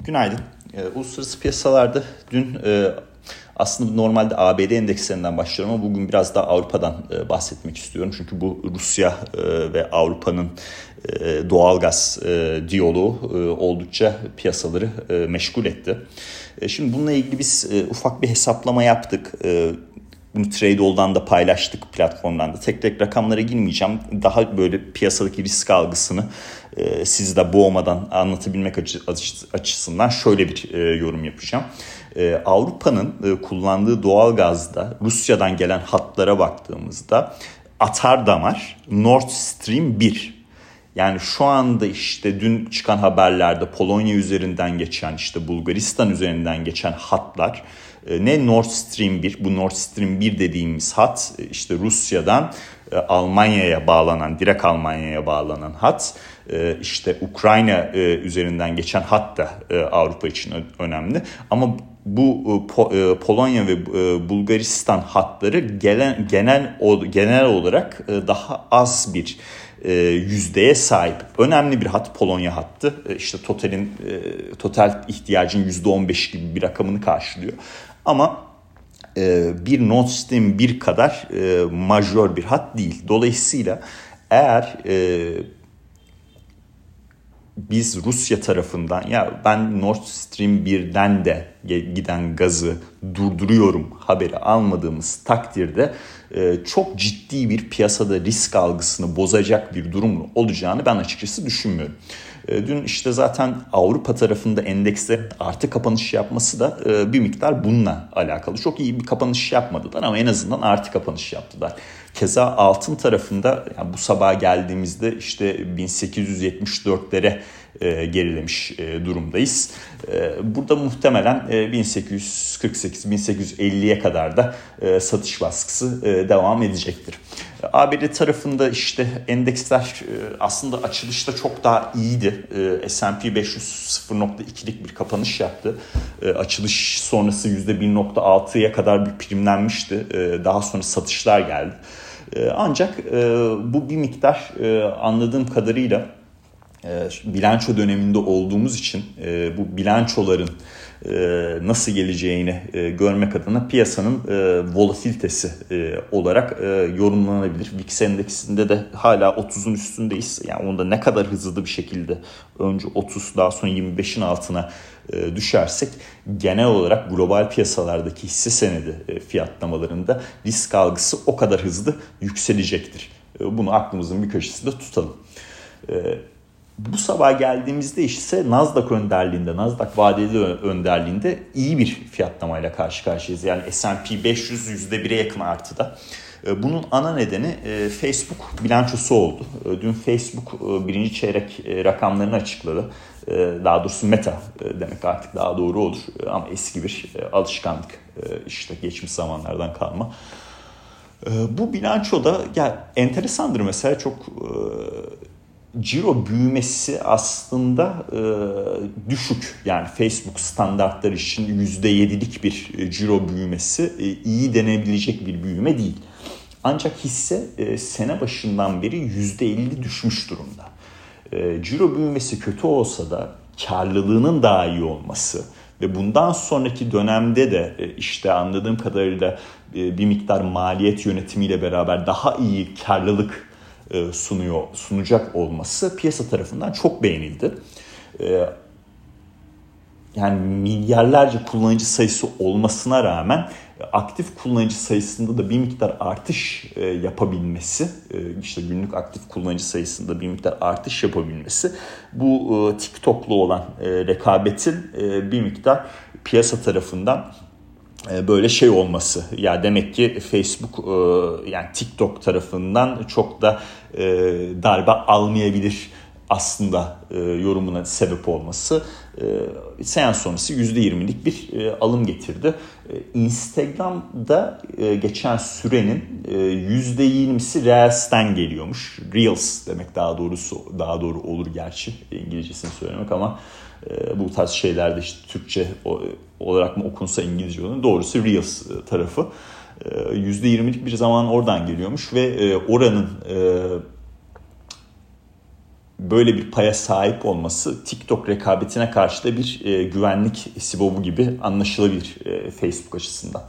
Günaydın. Uluslararası piyasalarda dün aslında normalde ABD endekslerinden başlıyorum ama bugün biraz daha Avrupa'dan bahsetmek istiyorum. Çünkü bu Rusya ve Avrupa'nın doğalgaz diyaloğu oldukça piyasaları meşgul etti. Şimdi bununla ilgili biz ufak bir hesaplama yaptık. Bunu Tradeall'dan da paylaştık, platformdan da. Tek tek rakamlara girmeyeceğim. Daha böyle piyasadaki risk algısını siz de boğmadan anlatabilmek açısından şöyle bir yorum yapacağım. Avrupa'nın kullandığı doğalgazda Rusya'dan gelen hatlara baktığımızda atar damar Nord Stream 1. Yani şu anda işte dün çıkan haberlerde Polonya üzerinden geçen, işte Bulgaristan üzerinden geçen hatlar, ne Nord Stream 1, bu Nord Stream 1 dediğimiz hat işte Rusya'dan Almanya'ya bağlanan, direkt Almanya'ya bağlanan hat, işte Ukrayna üzerinden geçen hat da Avrupa için önemli. Ama bu Polonya ve Bulgaristan hatları genel olarak daha az bir yüzdeye sahip. Önemli bir hat Polonya hattı. İşte total ihtiyacın %15 gibi bir rakamını karşılıyor. Ama bir Nord Stream 1 kadar majör bir hat değil. Dolayısıyla eğer biz Rusya tarafından ya ben Nord Stream 1'den de giden gazı durduruyorum haberi almadığımız takdirde çok ciddi bir piyasada risk algısını bozacak bir durum olacağını ben açıkçası düşünmüyorum. Dün işte zaten Avrupa tarafında endekslerin artı kapanış yapması da bir miktar bununla alakalı. Çok iyi bir kapanış yapmadılar ama en azından artı kapanış yaptılar. Keza altın tarafında yani bu sabah geldiğimizde işte 1874'lere gerilemiş durumdayız. Burada muhtemelen 1848-1850'ye kadar da satış baskısı devam edecektir. ABD tarafında işte endeksler aslında açılışta çok daha iyiydi. S&P 500 0.2'lik bir kapanış yaptı. Açılış sonrası %1.6'ya kadar bir primlenmişti. Daha sonra satışlar geldi. Ancak bu bir miktar anladığım kadarıyla bilanço döneminde olduğumuz için bu bilançoların nasıl geleceğini görmek adına piyasanın volatilitesi olarak yorumlanabilir. VIX endeksinde de hala 30'un üstündeyiz. Yani onda ne kadar hızlı bir şekilde önce 30 daha sonra 25'in altına düşersek genel olarak global piyasalardaki hisse senedi fiyatlamalarında risk algısı o kadar hızlı yükselecektir. Bunu aklımızın bir köşesinde tutalım. Bu sabah geldiğimizde ise Nasdaq önderliğinde, Nasdaq vadeli önderliğinde iyi bir fiyatlamayla karşı karşıyayız. Yani S&P 500 %1'e yakın artıda. Bunun ana nedeni Facebook bilançosu oldu. Dün Facebook birinci çeyrek rakamlarını açıkladı. Daha doğrusu Meta demek artık daha doğru olur. Ama eski bir alışkanlık, işte geçmiş zamanlardan kalma. Bu bilançoda ya enteresandır mesela, çok ciro büyümesi aslında düşük. Yani Facebook standartları için %7'lik bir ciro büyümesi iyi denebilecek bir büyüme değil. Ancak hisse sene başından beri %50 düşmüş durumda. Ciro büyümesi kötü olsa da karlılığının daha iyi olması ve bundan sonraki dönemde de işte anladığım kadarıyla bir miktar maliyet yönetimiyle beraber daha iyi karlılık sunacak olması piyasa tarafından çok beğenildi. Yani milyarlarca kullanıcı sayısı olmasına rağmen aktif kullanıcı sayısında da bir miktar artış yapabilmesi, işte günlük aktif kullanıcı sayısında bir miktar artış yapabilmesi, bu TikTok'lu olan rekabetin bir miktar piyasa tarafından böyle şey olması. Ya demek ki Facebook yani TikTok tarafından çok da darbe almayabilir aslında yorumuna sebep olması. Seans sonrası %20'lik bir alım getirdi. Instagram'da geçen sürenin %20'si Reels'ten geliyormuş. Reels demek daha doğru olur gerçi İngilizcesini söylemek ama bu tarz şeylerde işte Türkçe olarak mı okunsa İngilizce olan doğrusu Reels tarafı. %20'lik bir zaman oradan geliyormuş ve oranın böyle bir paya sahip olması TikTok rekabetine karşı da bir güvenlik sibobu gibi anlaşılabilir Facebook açısından.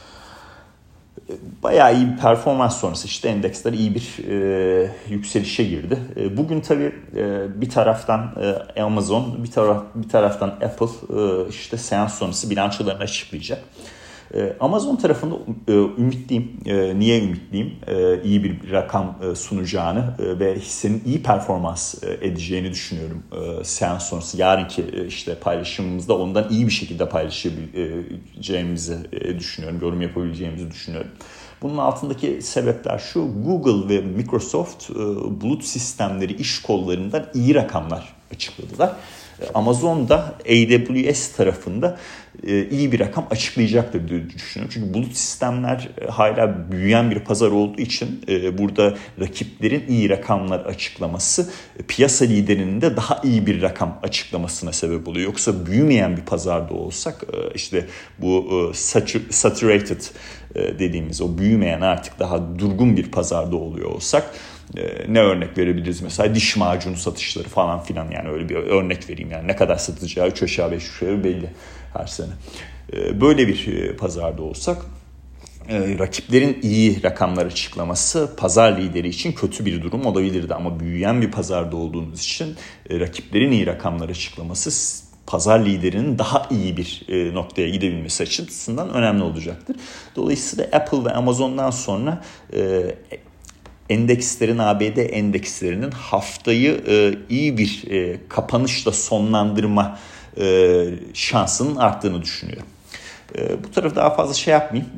Bayağı iyi bir performans sonrası işte endeksler iyi bir yükselişe girdi. Bugün tabii bir taraftan Amazon, bir taraftan Apple işte seans sonrası bilançolarını açıklayacak. Amazon tarafında ümitliyim. Niye ümitliyim? İyi bir rakam sunacağını ve hissenin iyi performans edeceğini düşünüyorum seans sonrası. Yarınki işte paylaşımımızda ondan iyi bir şekilde paylaşabileceğimizi düşünüyorum. Yorum yapabileceğimizi düşünüyorum. Bunun altındaki sebepler şu: Google ve Microsoft bulut sistemleri iş kollarından iyi rakamlar açıkladılar. Amazon da AWS tarafında iyi bir rakam açıklayacaktır diye düşünüyorum. Çünkü bulut sistemler hala büyüyen bir pazar olduğu için burada rakiplerin iyi rakamlar açıklaması piyasa liderinin de daha iyi bir rakam açıklamasına sebep oluyor. Yoksa büyümeyen bir pazarda olsak işte bu saturated dediğimiz o büyümeyen artık daha durgun bir pazarda oluyor olsak ne örnek verebiliriz? Mesela diş macunu satışları falan filan, yani öyle bir örnek vereyim. Yani ne kadar satacağı 3 aşağı 5 yukarı belli her sene. Böyle bir pazarda olsak rakiplerin iyi rakamlar açıklaması pazar lideri için kötü bir durum olabilirdi. Ama büyüyen bir pazarda olduğunuz için rakiplerin iyi rakamlar açıklaması pazar liderinin daha iyi bir noktaya gidebilmesi açısından önemli olacaktır. Dolayısıyla Apple ve Amazon'dan sonra endekslerin, ABD endekslerinin haftayı iyi bir kapanışla sonlandırma şansının arttığını düşünüyorum. Bu tarafı daha fazla şey yapmayayım,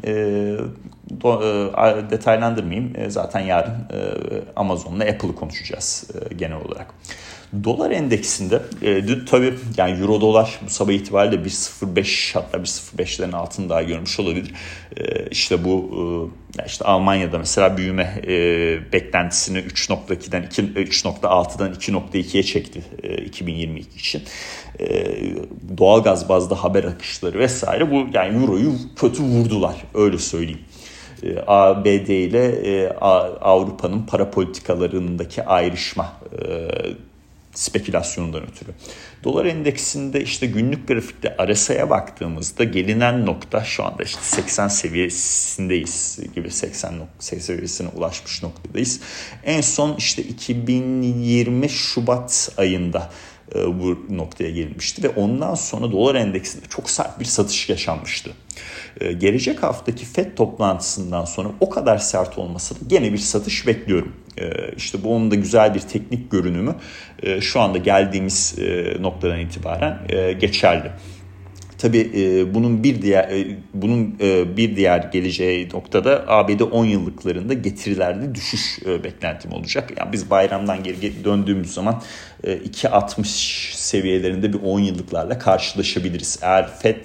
detaylandırmayayım. Zaten yarın Amazon'la Apple'ı konuşacağız genel olarak. Dolar endeksinde tabii yani euro dolar bu sabah itibariyle 1.05 hatta 1.05'lerin altını daha görmüş olabilir. İşte bu işte Almanya'da mesela büyüme beklentisini 3.2'den 3.6'dan 2.2'ye çekti 2022 için. Doğalgaz bazlı haber akışları vesaire bu yani euroyu kötü vurdular, öyle söyleyeyim. ABD ile Avrupa'nın para politikalarındaki ayrışma spekülasyonundan ötürü. Dolar endeksinde işte günlük grafikte RSI'ye baktığımızda gelinen nokta şu anda işte 80 seviyesindeyiz gibi, 80 seviyesine ulaşmış noktadayız. En son işte 2020 Şubat ayında bu noktaya gelinmişti ve ondan sonra dolar endeksinde çok sert bir satış yaşanmıştı. Gelecek haftaki FED toplantısından sonra o kadar sert olmasa da gene bir satış bekliyorum. İşte bu onun da güzel bir teknik görünümü şu anda geldiğimiz noktadan itibaren geçerli. Tabii bunun bir diğer geleceği noktada ABD 10 yıllıklarında getirilerde düşüş beklentim olacak. Yani biz bayramdan geri döndüğümüz zaman 2.60 seviyelerinde bir 10 yıllıklarla karşılaşabiliriz. Eğer FED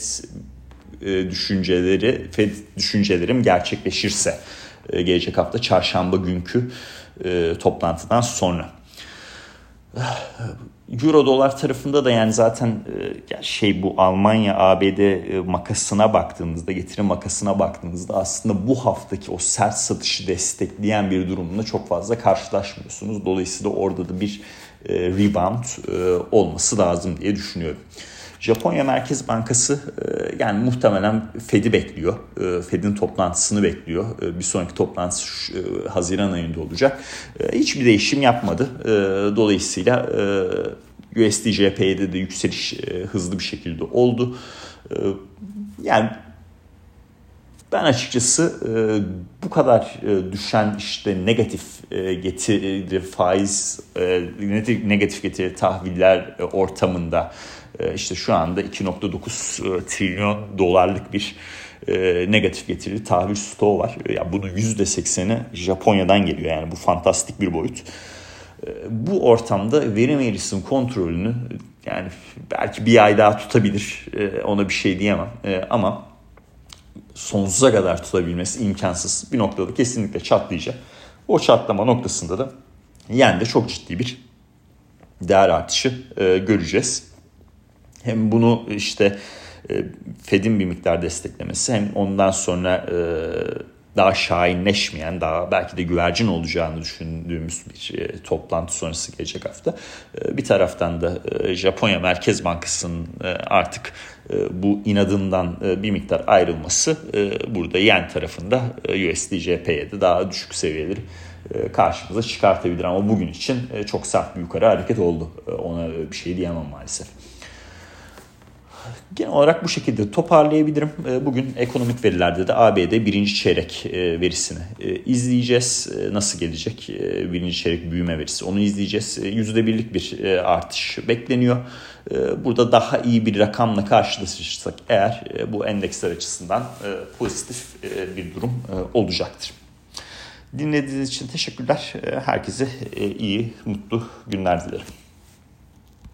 düşüncelerim gerçekleşirse gelecek hafta çarşamba günkü toplantıdan sonra. Euro dolar tarafında da yani zaten bu Almanya ABD makasına baktığınızda, getiri makasına baktığınızda aslında bu haftaki o sert satışı destekleyen bir durumla çok fazla karşılaşmıyorsunuz. Dolayısıyla orada da bir rebound olması lazım diye düşünüyorum. Japonya Merkez Bankası yani muhtemelen Fed'i bekliyor. Fed'in toplantısını bekliyor. Bir sonraki toplantısı Haziran ayında olacak. Hiçbir değişim yapmadı. Dolayısıyla USD/JPY'de de yükseliş hızlı bir şekilde oldu. Yani ben açıkçası bu kadar düşen işte negatif getiri faiz, negatif getiri tahviller ortamında işte şu anda 2.9 trilyon dolarlık bir negatif getirili tahvil stoğu var. Yani bunun %80'i Japonya'dan geliyor. Yani bu fantastik bir boyut. Bu ortamda verim eğrisinin kontrolünü yani belki bir ay daha tutabilir. Ona bir şey diyemem. Ama sonsuza kadar tutabilmesi imkansız. Bir noktada kesinlikle çatlayacak. O çatlama noktasında da yende çok ciddi bir değer artışı göreceğiz. Hem bunu işte Fed'in bir miktar desteklemesi hem ondan sonra daha şahinleşmeyen, daha belki de güvercin olacağını düşündüğümüz bir toplantı sonrası gelecek hafta. Bir taraftan da Japonya Merkez Bankası'nın artık bu inadından bir miktar ayrılması burada yen tarafında USD/JPY'de de daha düşük seviyeleri karşımıza çıkartabilir. Ama bugün için çok sert bir yukarı hareket oldu. Ona bir şey diyemem maalesef. Genel olarak bu şekilde toparlayabilirim. Bugün ekonomik verilerde de ABD birinci çeyrek verisini izleyeceğiz. Nasıl gelecek birinci çeyrek büyüme verisi, onu izleyeceğiz. %1'lik bir artış bekleniyor. Burada daha iyi bir rakamla karşılaşırsak eğer bu endeksler açısından pozitif bir durum olacaktır. Dinlediğiniz için teşekkürler. Herkese iyi, mutlu günler dilerim.